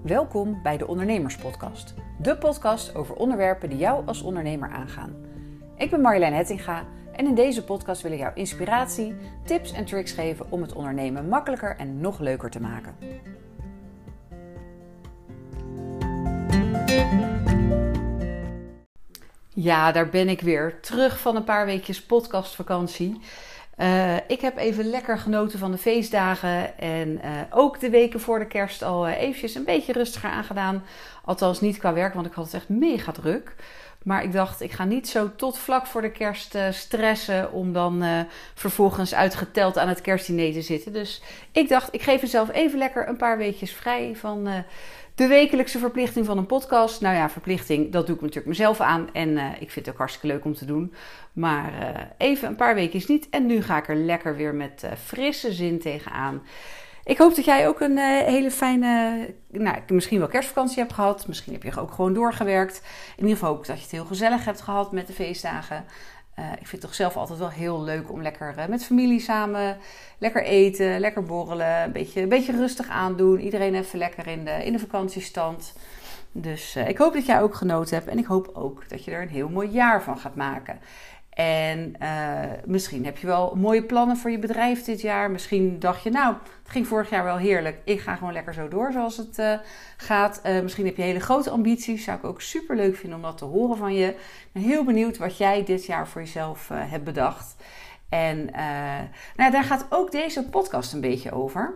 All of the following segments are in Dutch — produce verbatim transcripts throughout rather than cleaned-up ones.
Welkom bij de Ondernemerspodcast. De podcast over onderwerpen die jou als ondernemer aangaan. Ik ben Marjolein Hettinga en in deze podcast wil ik jou inspiratie, tips en tricks geven om het ondernemen makkelijker en nog leuker te maken. Ja, daar ben ik weer. Terug van een paar weekjes podcastvakantie. Uh, ik heb even lekker genoten van de feestdagen en uh, ook de weken voor de kerst al uh, eventjes een beetje rustiger aangedaan. Althans niet qua werk, want ik had het echt mega druk. Maar ik dacht, ik ga niet zo tot vlak voor de kerst uh, stressen om dan uh, vervolgens uitgeteld aan het kerstdiner te zitten. Dus ik dacht, ik geef mezelf even lekker een paar weekjes vrij van uh, de wekelijkse verplichting van een podcast. Nou ja, verplichting, dat doe ik natuurlijk mezelf aan. En uh, ik vind het ook hartstikke leuk om te doen. Maar uh, even een paar weken niet. En nu ga ik er lekker weer met uh, frisse zin tegenaan. Ik hoop dat jij ook een uh, hele fijne, nou, misschien wel kerstvakantie hebt gehad. Misschien heb je ook gewoon doorgewerkt. In ieder geval ook dat je het heel gezellig hebt gehad met de feestdagen. Uh, ik vind het toch zelf altijd wel heel leuk om lekker uh, met familie samen lekker eten, lekker borrelen. Een beetje, een beetje rustig aandoen. Iedereen even lekker in de, in de vakantiestand. Dus uh, ik hoop dat jij ook genoten hebt. En ik hoop ook dat je er een heel mooi jaar van gaat maken. En uh, misschien heb je wel mooie plannen voor je bedrijf dit jaar. Misschien dacht je, nou, het ging vorig jaar wel heerlijk. Ik ga gewoon lekker zo door zoals het uh, gaat. Uh, misschien heb je hele grote ambities. Zou ik ook super leuk vinden om dat te horen van je. Ik ben heel benieuwd wat jij dit jaar voor jezelf uh, hebt bedacht. En uh, nou, daar gaat ook deze podcast een beetje over.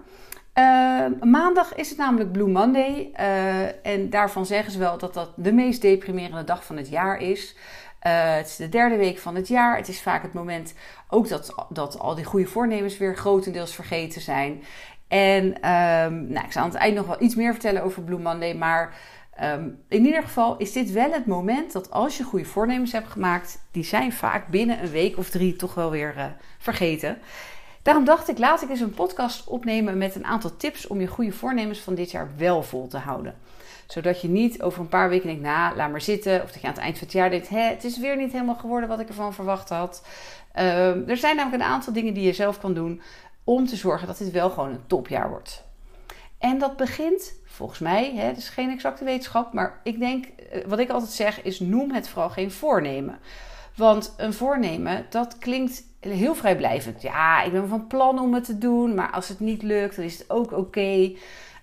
Uh, maandag is het namelijk Blue Monday. Uh, en daarvan zeggen ze wel dat dat de meest deprimerende dag van het jaar is. Uh, het is de derde week van het jaar. Het is vaak het moment ook dat, dat al die goede voornemens weer grotendeels vergeten zijn. En um, nou, ik zal aan het eind nog wel iets meer vertellen over Blue Monday. Maar um, in ieder geval is dit wel het moment dat als je goede voornemens hebt gemaakt, die zijn vaak binnen een week of drie toch wel weer uh, vergeten. Daarom dacht ik, laat ik eens een podcast opnemen met een aantal tips om je goede voornemens van dit jaar wel vol te houden. Zodat je niet over een paar weken denkt, nou, laat maar zitten. Of dat je aan het eind van het jaar denkt, hé, het is weer niet helemaal geworden wat ik ervan verwacht had. Uh, er zijn namelijk een aantal dingen die je zelf kan doen om te zorgen dat dit wel gewoon een topjaar wordt. En dat begint, volgens mij, hè, het is geen exacte wetenschap, maar ik denk, wat ik altijd zeg, is noem het vooral geen voornemen. Want een voornemen, dat klinkt heel vrijblijvend. Ja, ik ben van plan om het te doen, maar als het niet lukt, dan is het ook oké. Okay.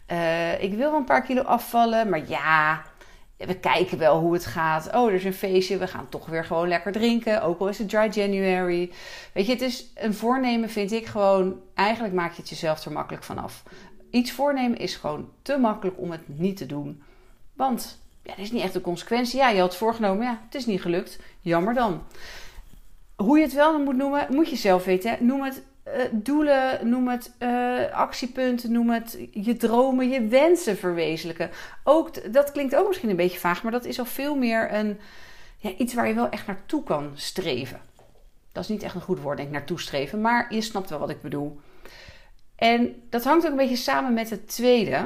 Uh, ik wil wel een paar kilo afvallen, maar ja, we kijken wel hoe het gaat. Oh, er is een feestje, we gaan toch weer gewoon lekker drinken. Ook al is het dry January. Weet je, het is een voornemen, vind ik gewoon, eigenlijk maak je het jezelf er makkelijk vanaf. Iets voornemen is gewoon te makkelijk om het niet te doen. Want ja, er is niet echt een consequentie. Ja, je had het voorgenomen, ja, het is niet gelukt. Jammer dan. Hoe je het wel dan moet noemen, moet je zelf weten. Hè? Noem het uh, doelen, noem het uh, actiepunten, noem het je dromen, je wensen verwezenlijken. Ook, dat klinkt ook misschien een beetje vaag, maar dat is al veel meer een, ja, iets waar je wel echt naartoe kan streven. Dat is niet echt een goed woord, denk ik, naartoe streven, maar je snapt wel wat ik bedoel. En dat hangt ook een beetje samen met het tweede.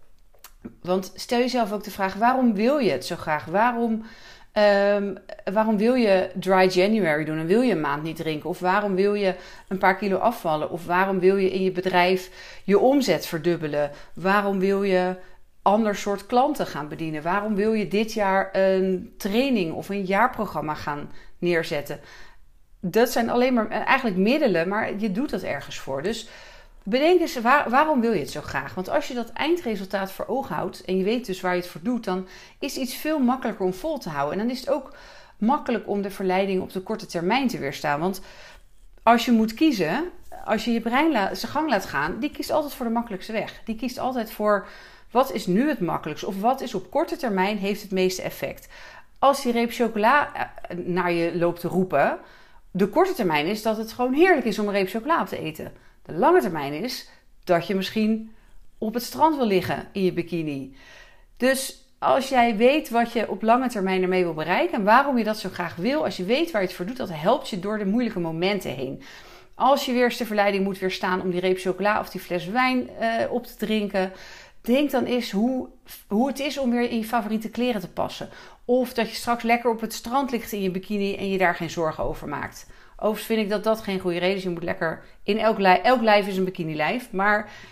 Want stel jezelf ook de vraag, waarom wil je het zo graag? Waarom... Um, waarom wil je dry January doen en wil je een maand niet drinken? Of waarom wil je een paar kilo afvallen? Of waarom wil je in je bedrijf je omzet verdubbelen? Waarom wil je ander soort klanten gaan bedienen? Waarom wil je dit jaar een training of een jaarprogramma gaan neerzetten? Dat zijn alleen maar eigenlijk middelen, maar je doet dat ergens voor. Dus bedenk eens, waar, waarom wil je het zo graag? Want als je dat eindresultaat voor ogen houdt en je weet dus waar je het voor doet, dan is iets veel makkelijker om vol te houden. En dan is het ook makkelijk om de verleiding op de korte termijn te weerstaan. Want als je moet kiezen, als je je brein la- zijn gang laat gaan, die kiest altijd voor de makkelijkste weg. Die kiest altijd voor wat is nu het makkelijkst of wat is op korte termijn heeft het meeste effect. Als die reep chocola naar je loopt te roepen, de korte termijn is dat het gewoon heerlijk is om een reep chocola op te eten. De lange termijn is dat je misschien op het strand wil liggen in je bikini. Dus als jij weet wat je op lange termijn ermee wil bereiken en waarom je dat zo graag wil, als je weet waar je het voor doet, dat helpt je door de moeilijke momenten heen. Als je weer eens de verleiding moet weerstaan om die reep chocola of die fles wijn uh, op te drinken, denk dan eens hoe, hoe het is om weer in je favoriete kleren te passen. Of dat je straks lekker op het strand ligt in je bikini en je daar geen zorgen over maakt. Overigens vind ik dat dat geen goede reden is. Je moet lekker in elk lijf, elk lijf is een bikini lijf. Maar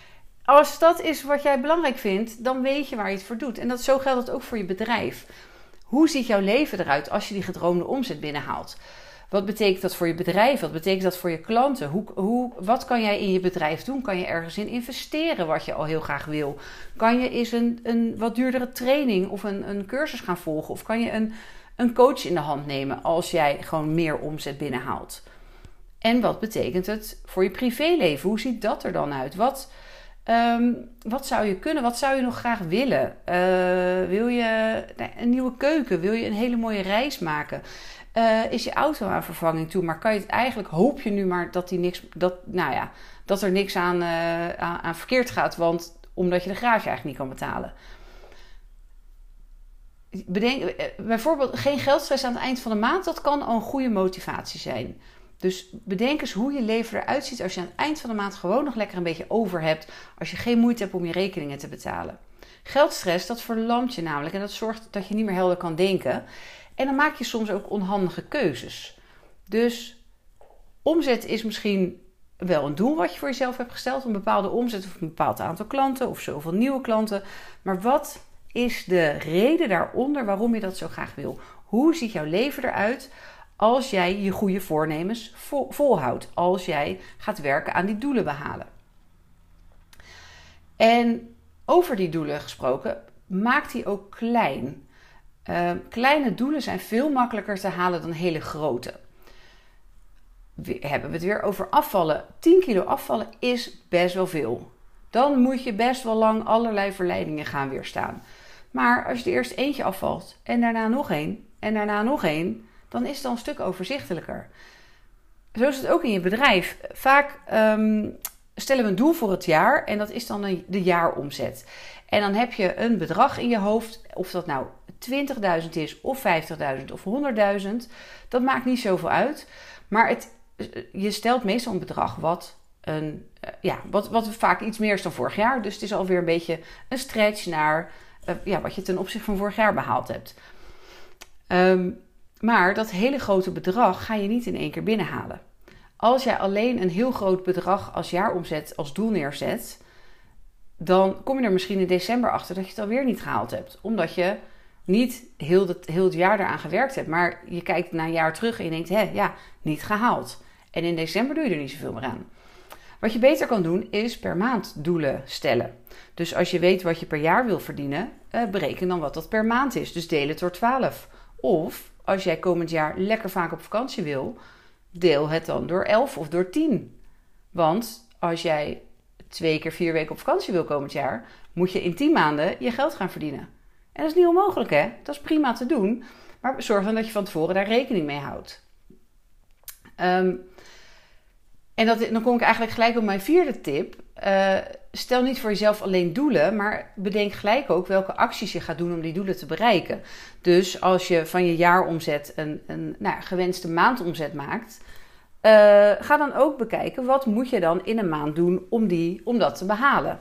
als dat is wat jij belangrijk vindt, dan weet je waar je het voor doet. En dat, zo geldt het ook voor je bedrijf. Hoe ziet jouw leven eruit als je die gedroomde omzet binnenhaalt? Wat betekent dat voor je bedrijf? Wat betekent dat voor je klanten? Hoe, hoe, wat kan jij in je bedrijf doen? Kan je ergens in investeren wat je al heel graag wil? Kan je eens een, een wat duurdere training of een, een cursus gaan volgen? Of kan je een, een coach in de hand nemen als jij gewoon meer omzet binnenhaalt? En wat betekent het voor je privéleven? Hoe ziet dat er dan uit? Wat, um, wat zou je kunnen? Wat zou je nog graag willen? Uh, wil je nou, een nieuwe keuken? Wil je een hele mooie reis maken? Uh, is je auto aan vervanging toe? Maar kan je het eigenlijk, hoop je nu maar dat, die niks, dat, nou ja, dat er niks aan, uh, aan, aan verkeerd gaat, want omdat je de garage eigenlijk niet kan betalen. Bedenk, bijvoorbeeld geen geldstress aan het eind van de maand, dat kan al een goede motivatie zijn. Dus bedenk eens hoe je leven eruit ziet als je aan het eind van de maand gewoon nog lekker een beetje over hebt, als je geen moeite hebt om je rekeningen te betalen. Geldstress, dat verlamt je namelijk en dat zorgt dat je niet meer helder kan denken. En dan maak je soms ook onhandige keuzes. Dus omzet is misschien wel een doel wat je voor jezelf hebt gesteld. Een bepaalde omzet of een bepaald aantal klanten of zoveel nieuwe klanten. Maar wat is de reden daaronder waarom je dat zo graag wil? Hoe ziet jouw leven eruit als jij je goede voornemens vol, volhoudt? Als jij gaat werken aan die doelen behalen. En over die doelen gesproken, maak die ook klein. Uh, kleine doelen zijn veel makkelijker te halen dan hele grote. We hebben we het weer over afvallen. tien kilo afvallen is best wel veel. Dan moet je best wel lang allerlei verleidingen gaan weerstaan. Maar als je er eerst eentje afvalt en daarna nog één en daarna nog één, dan is het al een stuk overzichtelijker. Zo is het ook in je bedrijf. Vaak um, stellen we een doel voor het jaar en dat is dan een, de jaaromzet. En dan heb je een bedrag in je hoofd, of dat nou twintigduizend is of vijftigduizend of honderdduizend. Dat maakt niet zoveel uit. Maar het, je stelt meestal een bedrag wat, een, ja, wat, wat vaak iets meer is dan vorig jaar. Dus het is alweer een beetje een stretch naar uh, ja, wat je ten opzichte van vorig jaar behaald hebt. Um, maar dat hele grote bedrag ga je niet in één keer binnenhalen. Als jij alleen een heel groot bedrag als jaaromzet als doel neerzet, dan kom je er misschien in december achter dat je het alweer niet gehaald hebt. Omdat je niet heel het, heel het jaar eraan gewerkt hebt. Maar je kijkt na een jaar terug en je denkt, hé, ja, niet gehaald. En in december doe je er niet zoveel meer aan. Wat je beter kan doen, is per maand doelen stellen. Dus als je weet wat je per jaar wil verdienen, eh, bereken dan wat dat per maand is. Dus deel het door twaalf. Of als jij komend jaar lekker vaak op vakantie wil, deel het dan door elf of door tien. Want als jij twee keer vier weken op vakantie wil komend jaar, moet je in tien maanden je geld gaan verdienen. En dat is niet onmogelijk, hè? Dat is prima te doen. Maar zorg dan dat je van tevoren daar rekening mee houdt. Um, en dat, dan kom ik eigenlijk gelijk op mijn vierde tip. Uh, stel niet voor jezelf alleen doelen, maar bedenk gelijk ook welke acties je gaat doen om die doelen te bereiken. Dus als je van je jaaromzet een, een nou, gewenste maandomzet maakt, uh, ga dan ook bekijken wat moet je dan in een maand doen om, die, om dat te behalen.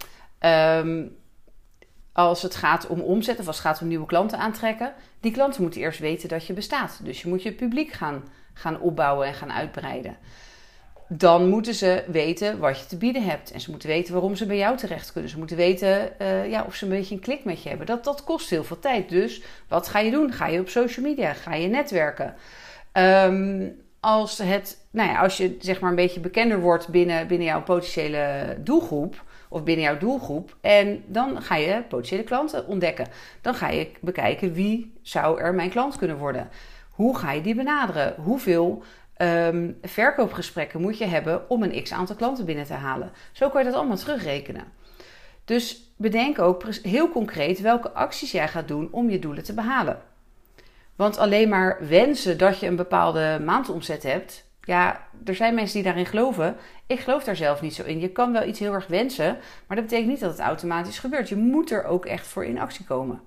Um, Als het gaat om omzet of als het gaat om nieuwe klanten aantrekken, die klanten moeten eerst weten dat je bestaat. Dus je moet je publiek gaan, gaan opbouwen en gaan uitbreiden. Dan moeten ze weten wat je te bieden hebt. En ze moeten weten waarom ze bij jou terecht kunnen. Ze moeten weten uh, ja, of ze een beetje een klik met je hebben. Dat, dat kost heel veel tijd. Dus wat ga je doen? Ga je op social media? Ga je netwerken? Um, als, het, nou ja, als je zeg maar een beetje bekender wordt binnen, binnen jouw potentiële doelgroep, of binnen jouw doelgroep. En dan ga je potentiële klanten ontdekken. Dan ga je bekijken wie zou er mijn klant kunnen worden. Hoe ga je die benaderen? Hoeveel um, verkoopgesprekken moet je hebben om een x-aantal klanten binnen te halen? Zo kan je dat allemaal terugrekenen. Dus bedenk ook heel concreet welke acties jij gaat doen om je doelen te behalen. Want alleen maar wensen dat je een bepaalde maandomzet hebt, ja, er zijn mensen die daarin geloven. Ik geloof daar zelf niet zo in. Je kan wel iets heel erg wensen, maar dat betekent niet dat het automatisch gebeurt. Je moet er ook echt voor in actie komen.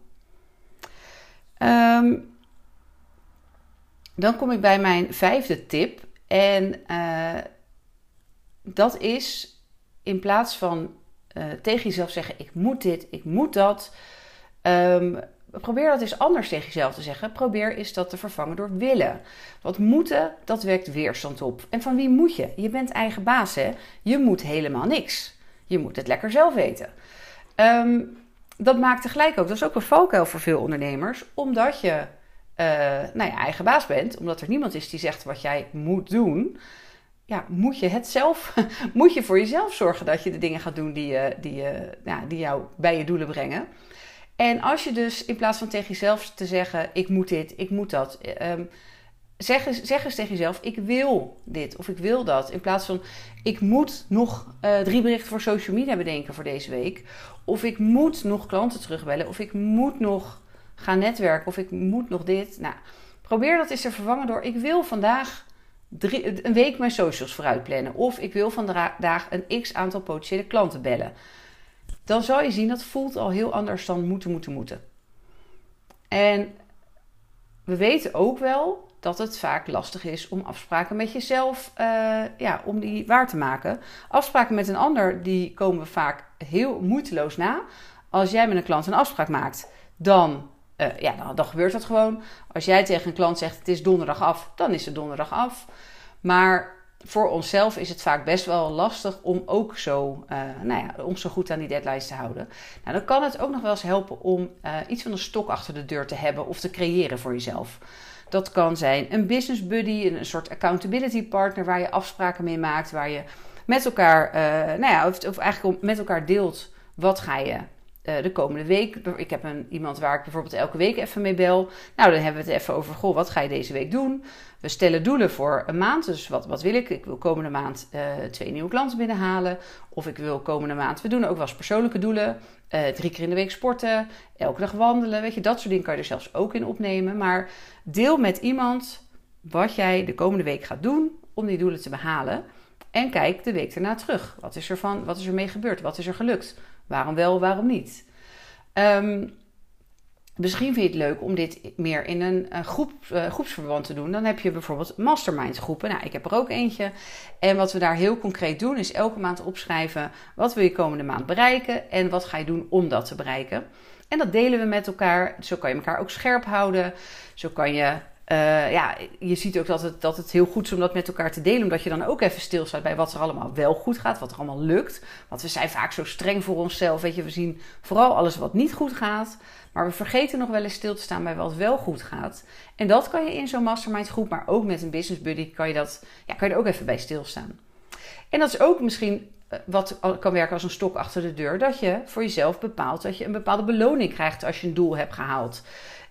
Um, dan kom ik bij mijn vijfde tip. En uh, dat is in plaats van uh, tegen jezelf zeggen, ik moet dit, ik moet dat. Um, Probeer dat eens anders tegen jezelf te zeggen. Probeer eens dat te vervangen door willen. Want moeten, dat wekt weerstand op. En van wie moet je? Je bent eigen baas, hè? Je moet helemaal niks. Je moet het lekker zelf weten. Um, dat maakt tegelijk ook, dat is ook een valkuil voor veel ondernemers, omdat je uh, nou ja, eigen baas bent, omdat er niemand is die zegt wat jij moet doen. Ja, moet je het zelf, moet je voor jezelf zorgen dat je de dingen gaat doen die, uh, die, uh, ja, die jou bij je doelen brengen. En als je dus in plaats van tegen jezelf te zeggen, ik moet dit, ik moet dat, um, zeg, eens, zeg eens tegen jezelf, ik wil dit of ik wil dat. In plaats van, ik moet nog uh, drie berichten voor social media bedenken voor deze week. Of ik moet nog klanten terugbellen. Of ik moet nog gaan netwerken. Of ik moet nog dit. Nou, probeer dat eens te vervangen door, ik wil vandaag drie, een week mijn socials vooruit plannen. Of ik wil vandaag een x aantal potentiële klanten bellen. Dan zal je zien, dat voelt al heel anders dan moeten, moeten, moeten. En we weten ook wel dat het vaak lastig is om afspraken met jezelf, uh, ja, om die waar te maken. Afspraken met een ander, die komen vaak heel moeiteloos na. Als jij met een klant een afspraak maakt, dan, uh, ja, dan, dan gebeurt dat gewoon. Als jij tegen een klant zegt, het is donderdag af, dan is het donderdag af. Maar voor onszelf is het vaak best wel lastig om ook zo, uh, nou ja, om zo goed aan die deadlines te houden. Nou, dan kan het ook nog wel eens helpen om uh, iets van een stok achter de deur te hebben of te creëren voor jezelf. Dat kan zijn een business buddy, een soort accountability partner waar je afspraken mee maakt, waar je met elkaar, uh, nou ja, of, of eigenlijk met elkaar deelt wat ga je uh, de komende week. Ik heb een, iemand waar ik bijvoorbeeld elke week even mee bel. Nou, dan hebben we het even over, goh, wat ga je deze week doen? We stellen doelen voor een maand. Dus wat, wat wil ik? Ik wil komende maand uh, twee nieuwe klanten binnenhalen. Of ik wil komende maand, we doen ook wel eens persoonlijke doelen. Uh, drie keer in de week sporten, elke dag wandelen. Weet je, dat soort dingen kan je er zelfs ook in opnemen. Maar deel met iemand wat jij de komende week gaat doen om die doelen te behalen. En kijk de week erna terug. Wat is er van, wat is er mee gebeurd? Wat is er gelukt? Waarom wel, waarom niet? Um, Misschien vind je het leuk om dit meer in een uh, groep, uh, groepsverband te doen. Dan heb je bijvoorbeeld mastermind groepen. Nou, ik heb er ook eentje. En wat we daar heel concreet doen is elke maand opschrijven wat wil je komende maand bereiken en wat ga je doen om dat te bereiken. En dat delen we met elkaar. Zo kan je elkaar ook scherp houden. Zo kan je, uh, ja, je ziet ook dat het, dat het heel goed is om dat met elkaar te delen. Omdat je dan ook even stilstaat bij wat er allemaal wel goed gaat. Wat er allemaal lukt. Want we zijn vaak zo streng voor onszelf. Weet je, we zien vooral alles wat niet goed gaat. Maar we vergeten nog wel eens stil te staan bij wat wel goed gaat. En dat kan je in zo'n mastermind groep, maar ook met een business buddy kan je, dat, ja, kan je er ook even bij stilstaan. En dat is ook misschien wat kan werken als een stok achter de deur. Dat je voor jezelf bepaalt dat je een bepaalde beloning krijgt als je een doel hebt gehaald.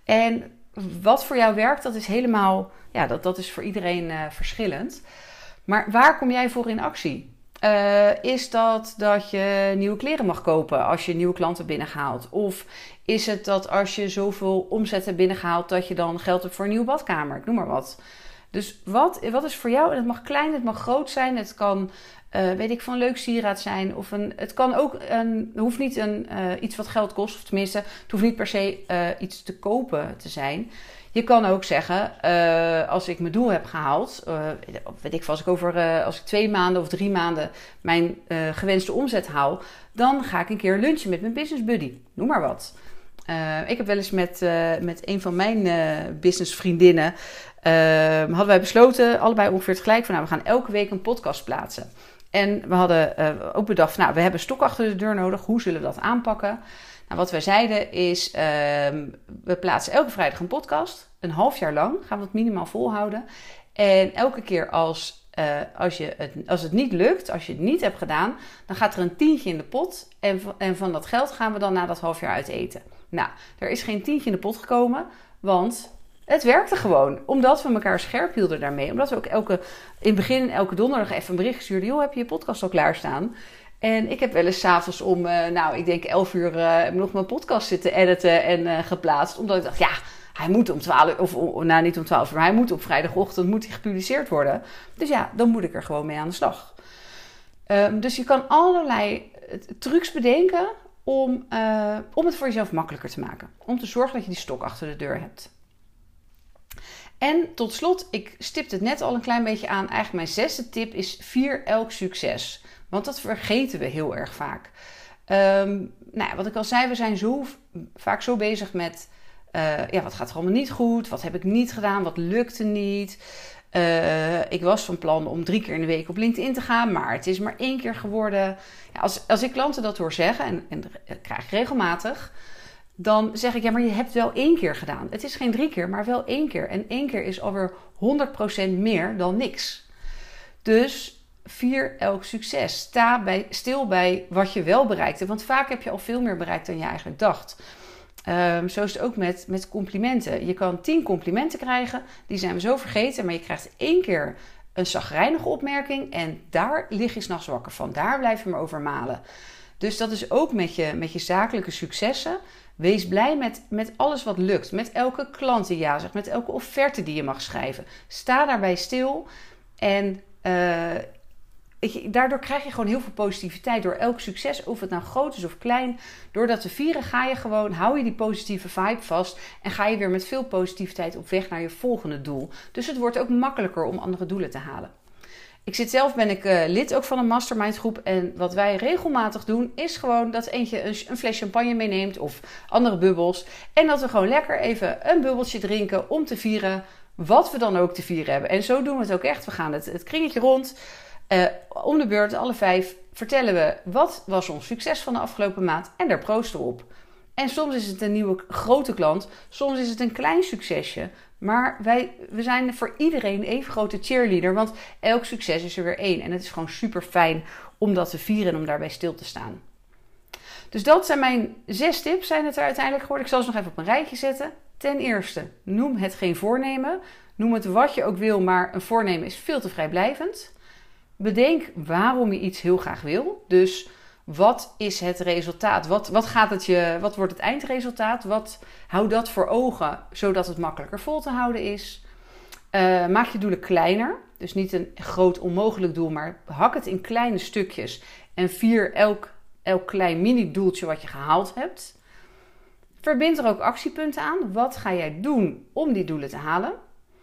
En wat voor jou werkt, dat is helemaal, ja, dat, dat is voor iedereen uh, verschillend. Maar waar kom jij voor in actie? Uh, is dat dat je nieuwe kleren mag kopen als je nieuwe klanten binnengehaald? Of is het dat als je zoveel omzet hebt binnengehaald dat je dan geld hebt voor een nieuwe badkamer? Ik noem maar wat. Dus wat, wat is voor jou? En het mag klein, het mag groot zijn. Het kan, uh, weet ik, van een leuk sieraad zijn. Of een, het kan ook, een, het hoeft niet een, uh, iets wat geld kost. Of tenminste, het hoeft niet per se uh, iets te kopen te zijn. Je kan ook zeggen, uh, als ik mijn doel heb gehaald, uh, weet ik, als ik over uh, als ik twee maanden of drie maanden mijn uh, gewenste omzet haal, dan ga ik een keer lunchen met mijn business buddy. Noem maar wat. Uh, ik heb wel eens met, uh, met een van mijn uh, businessvriendinnen, uh, hadden wij besloten, allebei ongeveer tegelijk, van nou, we gaan elke week een podcast plaatsen. En we hadden uh, ook bedacht, nou, we hebben stok achter de deur nodig, hoe zullen we dat aanpakken? Nou, wat wij zeiden is, uh, we plaatsen elke vrijdag een podcast. Een half jaar lang gaan we het minimaal volhouden. En elke keer als, uh, als, je het, als het niet lukt, als je het niet hebt gedaan, dan gaat er een tientje in de pot. En, en van dat geld gaan we dan na dat half jaar uit eten. Nou, er is geen tientje in de pot gekomen, want het werkte gewoon. Omdat we elkaar scherp hielden daarmee. Omdat we ook elke, in het begin elke donderdag even een bericht stuurden. Joh, heb je je podcast al klaarstaan? En ik heb wel eens 's avonds om, uh, nou, ik denk elf uur uh, nog mijn podcast zitten editen en uh, geplaatst. Omdat ik dacht, ja, hij moet om twaalf, of, of nou niet om twaalf uur, maar hij moet op vrijdagochtend moet hij gepubliceerd worden. Dus ja, dan moet ik er gewoon mee aan de slag. Um, dus je kan allerlei trucs bedenken om, uh, om het voor jezelf makkelijker te maken. Om te zorgen dat je die stok achter de deur hebt. En tot slot, ik stipte het net al een klein beetje aan. Eigenlijk mijn zesde tip is vier elk succes. Want dat vergeten we heel erg vaak. Um, nou ja, wat ik al zei, we zijn zo vaak zo bezig met Uh, ja, wat gaat er allemaal niet goed? Wat heb ik niet gedaan? Wat lukte niet? Uh, ik was van plan om drie keer in de week op LinkedIn te gaan, maar het is maar één keer geworden. Ja, als, als ik klanten dat hoor zeggen, en, en dat krijg ik regelmatig, dan zeg ik, ja, maar je hebt wel één keer gedaan. Het is geen drie keer, maar wel één keer. En één keer is alweer honderd procent meer dan niks. Dus vier elk succes. Sta bij, stil bij wat je wel bereikte. Want vaak heb je al veel meer bereikt dan je eigenlijk dacht. Um, zo is het ook met, met complimenten. Je kan tien complimenten krijgen. Die zijn we zo vergeten. Maar je krijgt één keer een chagrijnige opmerking. En daar lig je 's nachts wakker van. Daar blijf je me over malen. Dus dat is ook met je, met je zakelijke successen. Wees blij met, met alles wat lukt. Met elke klant die ja zegt. Met elke offerte die je mag schrijven. Sta daarbij stil. En uh, je, daardoor krijg je gewoon heel veel positiviteit. Door elk succes, of het nou groot is of klein. Door dat te vieren ga je gewoon, hou je die positieve vibe vast. En ga je weer met veel positiviteit op weg naar je volgende doel. Dus het wordt ook makkelijker om andere doelen te halen. Ik zit zelf, ben ik uh, lid ook van een mastermind groep. En wat wij regelmatig doen, is gewoon dat eentje een, een fles champagne meeneemt of andere bubbels. En dat we gewoon lekker even een bubbeltje drinken om te vieren wat we dan ook te vieren hebben. En zo doen we het ook echt. We gaan het, het kringetje rond. Uh, om de beurt, alle vijf, vertellen we wat was ons succes van de afgelopen maand. En daar proosten we op. En soms is het een nieuwe grote klant. Soms is het een klein succesje. Maar wij, we zijn voor iedereen even grote cheerleader. Want elk succes is er weer één. En het is gewoon super fijn om dat te vieren en om daarbij stil te staan. Dus dat zijn mijn zes tips zijn het er uiteindelijk geworden. Ik zal ze nog even op een rijtje zetten. Ten eerste, noem het geen voornemen. Noem het wat je ook wil, maar een voornemen is veel te vrijblijvend. Bedenk waarom je iets heel graag wil. Dus wat is het resultaat? Wat, wat, gaat het je, wat wordt het eindresultaat? Wat, hou dat voor ogen, zodat het makkelijker vol te houden is. Uh, maak je doelen kleiner. Dus niet een groot onmogelijk doel, maar hak het in kleine stukjes. En vier elk, elk klein mini-doeltje wat je gehaald hebt. Verbind er ook actiepunten aan. Wat ga jij doen om die doelen te halen?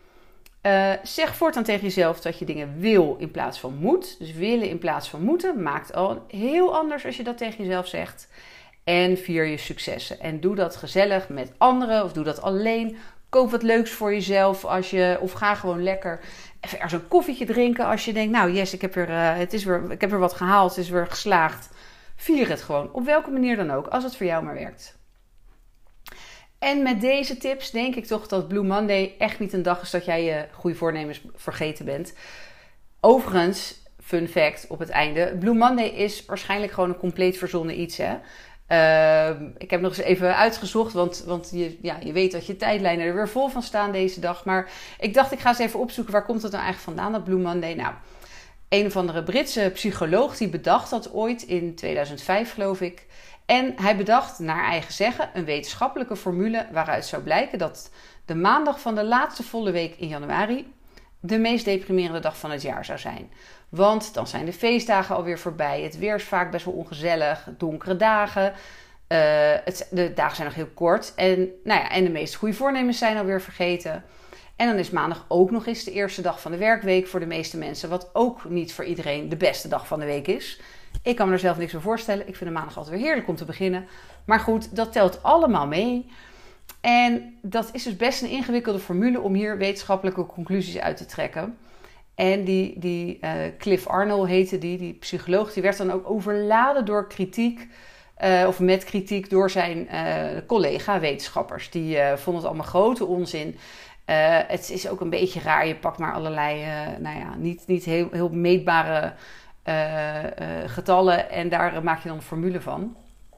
Uh, zeg voortaan tegen jezelf dat je dingen wil in plaats van moet. Dus willen in plaats van moeten maakt al heel anders als je dat tegen jezelf zegt. En vier je successen. En doe dat gezellig met anderen of doe dat alleen. Koop wat leuks voor jezelf als je, of ga gewoon lekker even ergens een koffietje drinken als je denkt, nou yes, ik heb er, uh, het is weer, ik heb er wat gehaald, het is weer geslaagd. Vier het gewoon, op welke manier dan ook, als het voor jou maar werkt. En met deze tips denk ik toch dat Blue Monday echt niet een dag is dat jij je goede voornemens vergeten bent. Overigens, fun fact op het einde, Blue Monday is waarschijnlijk gewoon een compleet verzonnen iets, hè. Uh, ik heb nog eens even uitgezocht, want, want je, ja, je weet dat je tijdlijnen er weer vol van staan deze dag. Maar ik dacht, ik ga eens even opzoeken, waar komt het nou eigenlijk vandaan, dat Blue Monday? Nou, een of andere Britse psycholoog die bedacht dat ooit in tweeduizend vijf, geloof ik. En hij bedacht, naar eigen zeggen, een wetenschappelijke formule waaruit zou blijken dat de maandag van de laatste volle week in januari de meest deprimerende dag van het jaar zou zijn. Want dan zijn de feestdagen alweer voorbij. Het weer is vaak best wel ongezellig. Donkere dagen. Uh, het, de dagen zijn nog heel kort. En, nou ja, en de meeste goede voornemens zijn alweer vergeten. En dan is maandag ook nog eens de eerste dag van de werkweek voor de meeste mensen. Wat ook niet voor iedereen de beste dag van de week is. Ik kan me er zelf niks meer voorstellen. Ik vind de maandag altijd weer heerlijk om te beginnen. Maar goed, dat telt allemaal mee. En dat is dus best een ingewikkelde formule om hier wetenschappelijke conclusies uit te trekken. En die, die uh, Cliff Arnold heette die, die psycholoog, die werd dan ook overladen door kritiek, uh, of met kritiek door zijn uh, collega-wetenschappers. Die uh, vonden het allemaal grote onzin. Uh, het is ook een beetje raar, je pakt maar allerlei, uh, nou ja, niet, niet heel, heel meetbare uh, uh, getallen en daar maak je dan een formule van.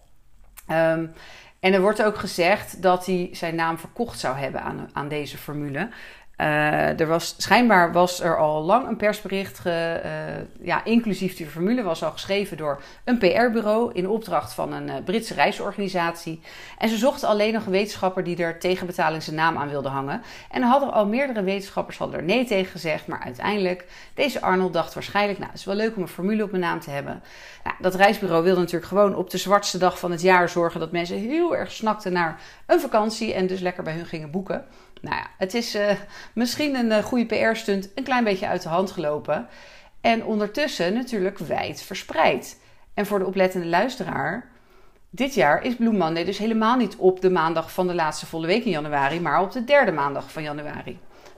Um, en er wordt ook gezegd dat hij zijn naam verkocht zou hebben aan, aan deze formule. Uh, er was, schijnbaar was er al lang een persbericht, ge, uh, ja, inclusief die formule, was al geschreven door een P R-bureau in opdracht van een uh, Britse reisorganisatie. En ze zochten alleen nog een wetenschapper die er tegen betaling zijn naam aan wilde hangen. En er hadden al meerdere wetenschappers hadden er nee tegen gezegd, maar uiteindelijk, deze Arnold dacht waarschijnlijk, nou, het is wel leuk om een formule op mijn naam te hebben. Nou, dat reisbureau wilde natuurlijk gewoon op de zwartste dag van het jaar zorgen dat mensen heel erg snakten naar een vakantie en dus lekker bij hun gingen boeken. Nou ja, het is uh, misschien een uh, goede P R-stunt een klein beetje uit de hand gelopen. En ondertussen natuurlijk wijd verspreid. En voor de oplettende luisteraar, dit jaar is Blue Monday dus helemaal niet op de maandag van de laatste volle week in januari, maar op de derde maandag van januari.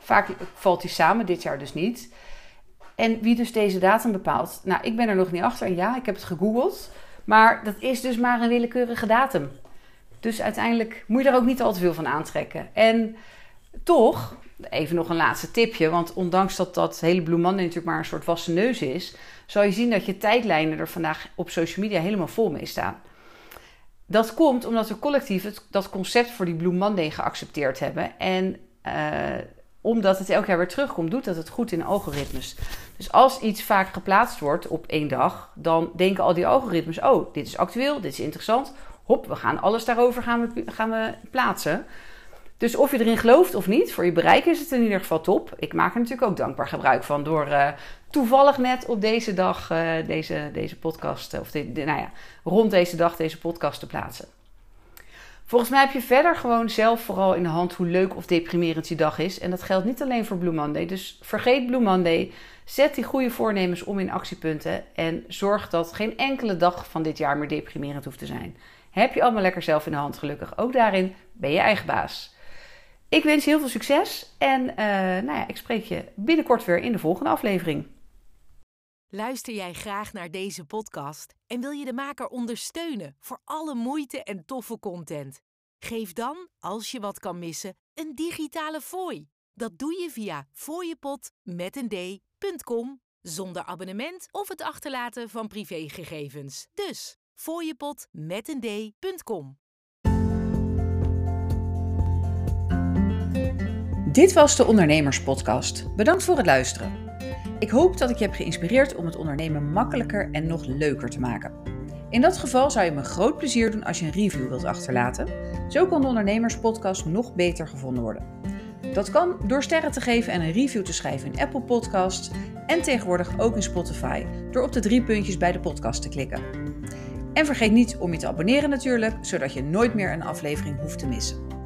Vaak valt die samen, dit jaar dus niet. En wie dus deze datum bepaalt? Nou, ik ben er nog niet achter. En ja, ik heb het gegoogeld. Maar dat is dus maar een willekeurige datum. Dus uiteindelijk moet je er ook niet al te veel van aantrekken. En toch, even nog een laatste tipje. Want ondanks dat dat hele Blue Monday natuurlijk maar een soort wassen neus is, zal je zien dat je tijdlijnen er vandaag op social media helemaal vol mee staan. Dat komt omdat we collectief het, dat concept voor die Blue Monday geaccepteerd hebben. En uh, omdat het elk jaar weer terugkomt, doet dat het goed in algoritmes. Dus als iets vaak geplaatst wordt op één dag, dan denken al die algoritmes, oh, dit is actueel, dit is interessant. Hop, we gaan alles daarover gaan we, gaan we plaatsen. Dus of je erin gelooft of niet, voor je bereik is het in ieder geval top. Ik maak er natuurlijk ook dankbaar gebruik van door uh, toevallig net op deze dag uh, deze, deze podcast, of de, de, nou ja, rond deze dag deze podcast te plaatsen. Volgens mij heb je verder gewoon zelf vooral in de hand hoe leuk of deprimerend je dag is. En dat geldt niet alleen voor Blue Monday. Dus vergeet Blue Monday. Zet die goede voornemens om in actiepunten. En zorg dat geen enkele dag van dit jaar meer deprimerend hoeft te zijn. Heb je allemaal lekker zelf in de hand, gelukkig. Ook daarin ben je eigen baas. Ik wens je heel veel succes. En uh, nou ja, ik spreek je binnenkort weer in de volgende aflevering. Luister jij graag naar deze podcast en wil je de maker ondersteunen voor alle moeite en toffe content? Geef dan, als je wat kan missen, een digitale fooi. Dat doe je via fooiepot met een d punt com zonder abonnement of het achterlaten van privégegevens. Dus fooiepot met een d punt com. Dit was de Ondernemerspodcast. Bedankt voor het luisteren. Ik hoop dat ik je heb geïnspireerd om het ondernemen makkelijker en nog leuker te maken. In dat geval zou je me een groot plezier doen als je een review wilt achterlaten. Zo kan de Ondernemerspodcast nog beter gevonden worden. Dat kan door sterren te geven en een review te schrijven in Apple Podcasts en tegenwoordig ook in Spotify door op de drie puntjes bij de podcast te klikken. En vergeet niet om je te abonneren natuurlijk, zodat je nooit meer een aflevering hoeft te missen.